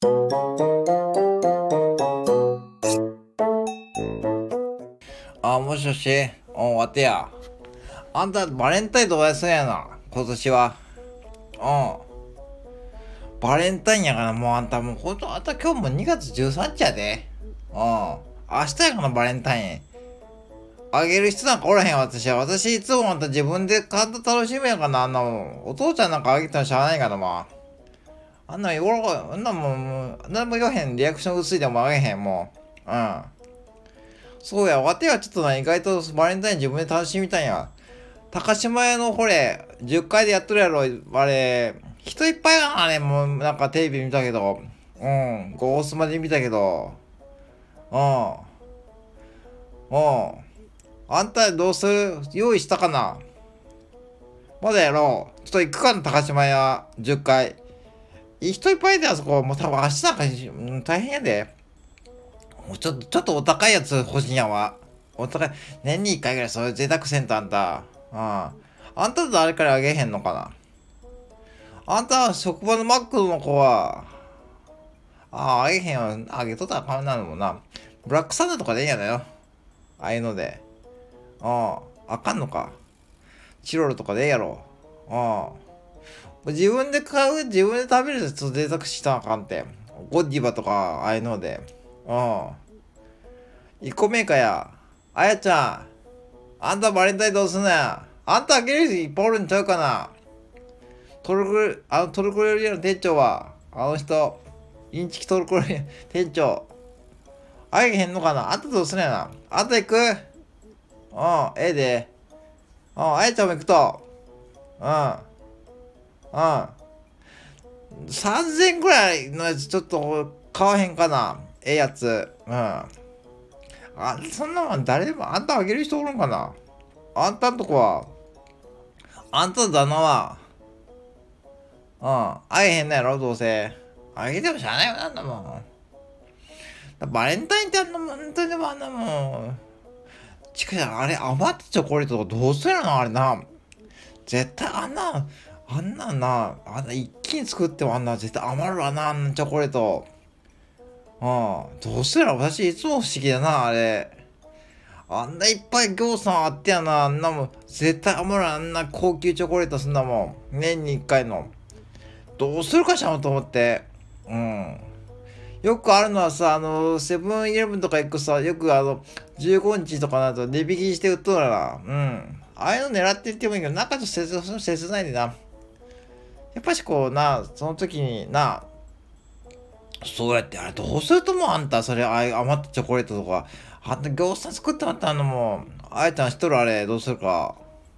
もしもし、わてや。あんた、バレンタインどうやすんやな、今年は。バレンタインやから、もうあんた、もうほんと、あんた今日も2月13日やで。明日やからバレンタイン。あげる人なんかおらへんわ、私は。私、いつもあんた自分で買った楽しみやからな、あんなもん。お父ちゃんなんかあげてもしゃあないからまあ。あんなあんなもん、何も言わへん、リアクション薄いでもあげへん、もう。そうや、わてはちょっとな、意外とバレンタイン自分で楽しみたいんや。高島屋のこれ、10階でやっとるやろ、あれ、人いっぱいやな、あれ、もうなんかテレビ見たけど、ゴースまで見たけど、うん、あんたどうする用意したかな。まだやろう。ちょっと行くかな、高島屋、10階。人いっぱいであそこ、もう多分明日なんか、大変やで。もうちょっとお高いやつ欲しいんやわ。お高い。年に1回ぐらいそういう贅沢せんとあんた。あんたと誰からあげへんのかな。あんた、職場のマックの子は、あげへんよ。あげとったら買うなのもんな。ブラックサンダーとかでいいんやだよ。ああいうので。あかんのか。チロルとかでいいやろ。自分で買う、自分で食べるやつ贅沢したらあかんって。ゴディバとか、ああいうので。1個目かや。あやちゃん。あんたバレンタインどうすんのや。あんたあげる人いっぱいおるんちゃうかな。トルコ料理屋の店長は、あの人、インチキトルコ料理屋店長、あげへんのかな。あんたどうすんのやな。あんた行く。ええで。あやちゃんも行くと。3000ぐらいのやつちょっと買わへんかな。ええやつ。そんなもん誰でもあんたあげる人おるんかな。あんたんとこは、あんたの旦那は、あげへんのやろ、どうせ。あげてもしゃあないよな、あんなもん。バレンタインってあんなもん、本当にでもあんなもん。あれ、余ったチョコレートとかどうするのあれな。絶対あんな一気に作ってもあんな絶対余るわな、あんなチョコレート。どうするの私いつも不思議だな、あれ。あんないっぱい行さんあってやな、あんなもん。絶対余るあんな高級チョコレートすんだもん。年に1回の。どうするかしらと思って。よくあるのはさ、セブンイレブンとか行くさ、よく15日とかなると値引きして売っとるから、ああいうの狙っていってもいいけど、中ちょっと切ないでな。やっぱしこうな、その時にな、そうやって、あれどうすると思うあんた、それ、余ったチョコレートとか。あんた餃子作ってもらったのも、あやちゃん知っとるあれ、どうするか。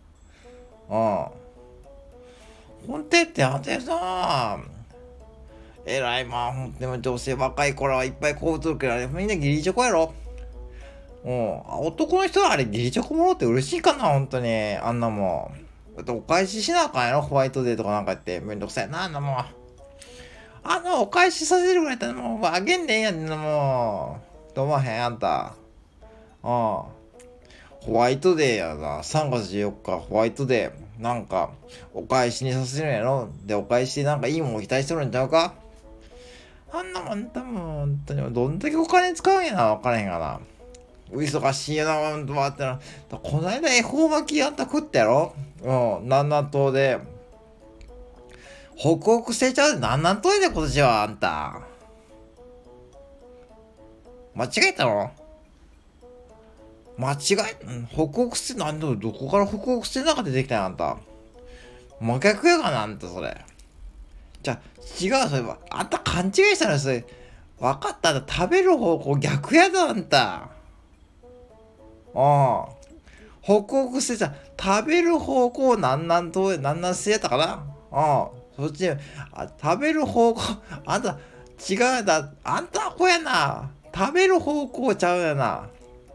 本店ってあんたやさ、偉いまあ、でも女性若い頃はいっぱいこうとるけど、みんなギリチョコやろ。男の人はあれギリチョコもろって嬉しいかな、本当に。あんなもん。だってお返ししなあかんやろ、ホワイトデーとかなんか言って。めんどくさいな、あんなもん。お返しさせるぐらいだったらもうあげんでええやんな、もう。と思わへん、あんた。ホワイトデーやな。3月14日、ホワイトデー。なんか、お返しにさせるんやろ。で、お返しでなんかいいもん期待してるんちゃうか。あんなもん、多分、本当に、どんだけお金使うんやな、わからへんがな。忙しいよな、ほんと、待ってな。こないだ恵方巻きあんた食ったやろ。南南東で。ホクホク捨てちゃうで、南南東やで、今年は、あんた。間違えたの。ホクホク捨て、どこからホクホク捨てなんか出てきたんや、あんた。真逆やがな、あんた、それ。じゃ違う、それは。あんた勘違いしたらそれ。分かったんだ、食べる方向逆やだ、あんた。ホクホクしてさ、食べる方向南南西やったかな。そっち、食べる方向、あんた、違うんだ、あんたアホやな。食べる方向ちゃうやな。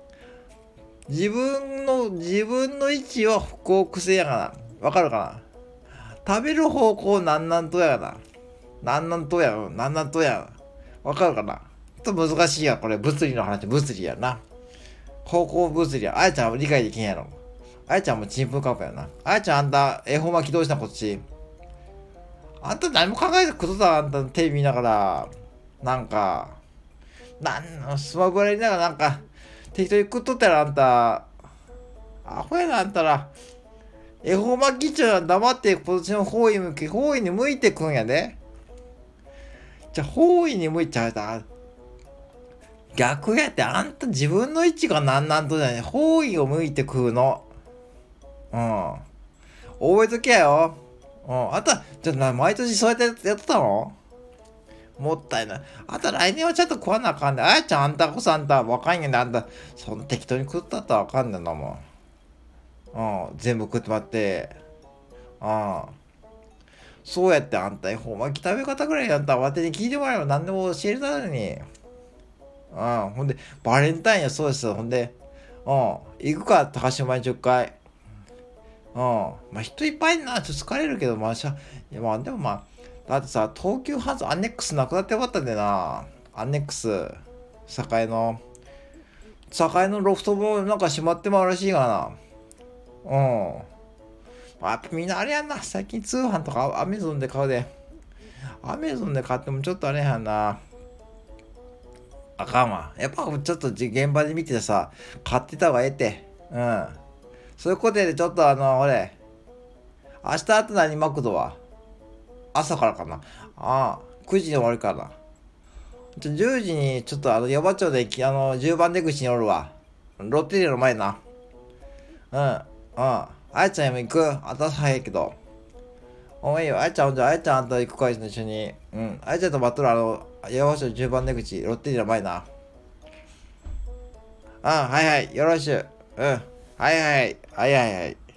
自分の位置はホクホク性やがな。わかるかな。食べる方向南南東やがな。南南東や。わかるかな。ちょっと難しいや、これ。物理の話、物理やな。高校物理や。あやちゃんは理解できんやろ。あやちゃんもチンプンカップやな。あやちゃんあんた、恵方巻きどうしたこっち。あんた何も考えてくことだ、あんたテレビ見ながら。 なんか、スマブラにながらなんか、適当に食っとったらあんた、アホやなあんたら。恵方巻きちゃ黙ってこっちの方位に向いてくんやで。じゃあ方位に向いちゃうた。逆やって、あんた自分の位置がなんとじゃない。方位を向いて食うの。うん。覚えとけよ。うん。あんた、じゃあ毎年そうやってやってたの？もったいない。あんた来年はちゃんと食わなあかんねん。あやちゃん、あんたこそあんた若いんやで、あんた、そんな適当に食ったったらあかんねんな、もう。うん。全部食ってまって。うん。そうやってあんた、ほんまき食べ方ぐらいあんた、わてに聞いてもらえば何でも教えれたのに。うん。ほんで、バレンタインやそうですよ。ほんで、うん。行くか、高島に10回。うん。まあ、人いっぱいいんな。ちょっと疲れるけど、まあ、いや、まあ、でもまあ、だってさ、東急ハンズアンネックスなくなってよかったんだよな。アンネックス、栄のロフトもなんか閉まってまうらしいがな。うん。まあ、やっぱみんなあれやんな。最近通販とかアメゾンで買うで。アメゾンで買ってもちょっとあれやんな。あかんわ。やっぱちょっと現場で見てさ、買ってた方がええって。うん。そういうことでちょっと俺、明日あと何マクドは朝からかな。ああ、9時に終わるからな。10時にちょっと矢場町で10番出口におるわ。ロッテリアの前な。うん。うん。あやちゃんも行く？朝早いけど。おいよ、あやちゃん、じゃああやちゃんあんた行くか一緒に。うん。あやちゃんとバトル矢場町10番出口、ロッテリアの前な。うん、はいはい、よろしゅう。うん。はいはい、はいはいはい。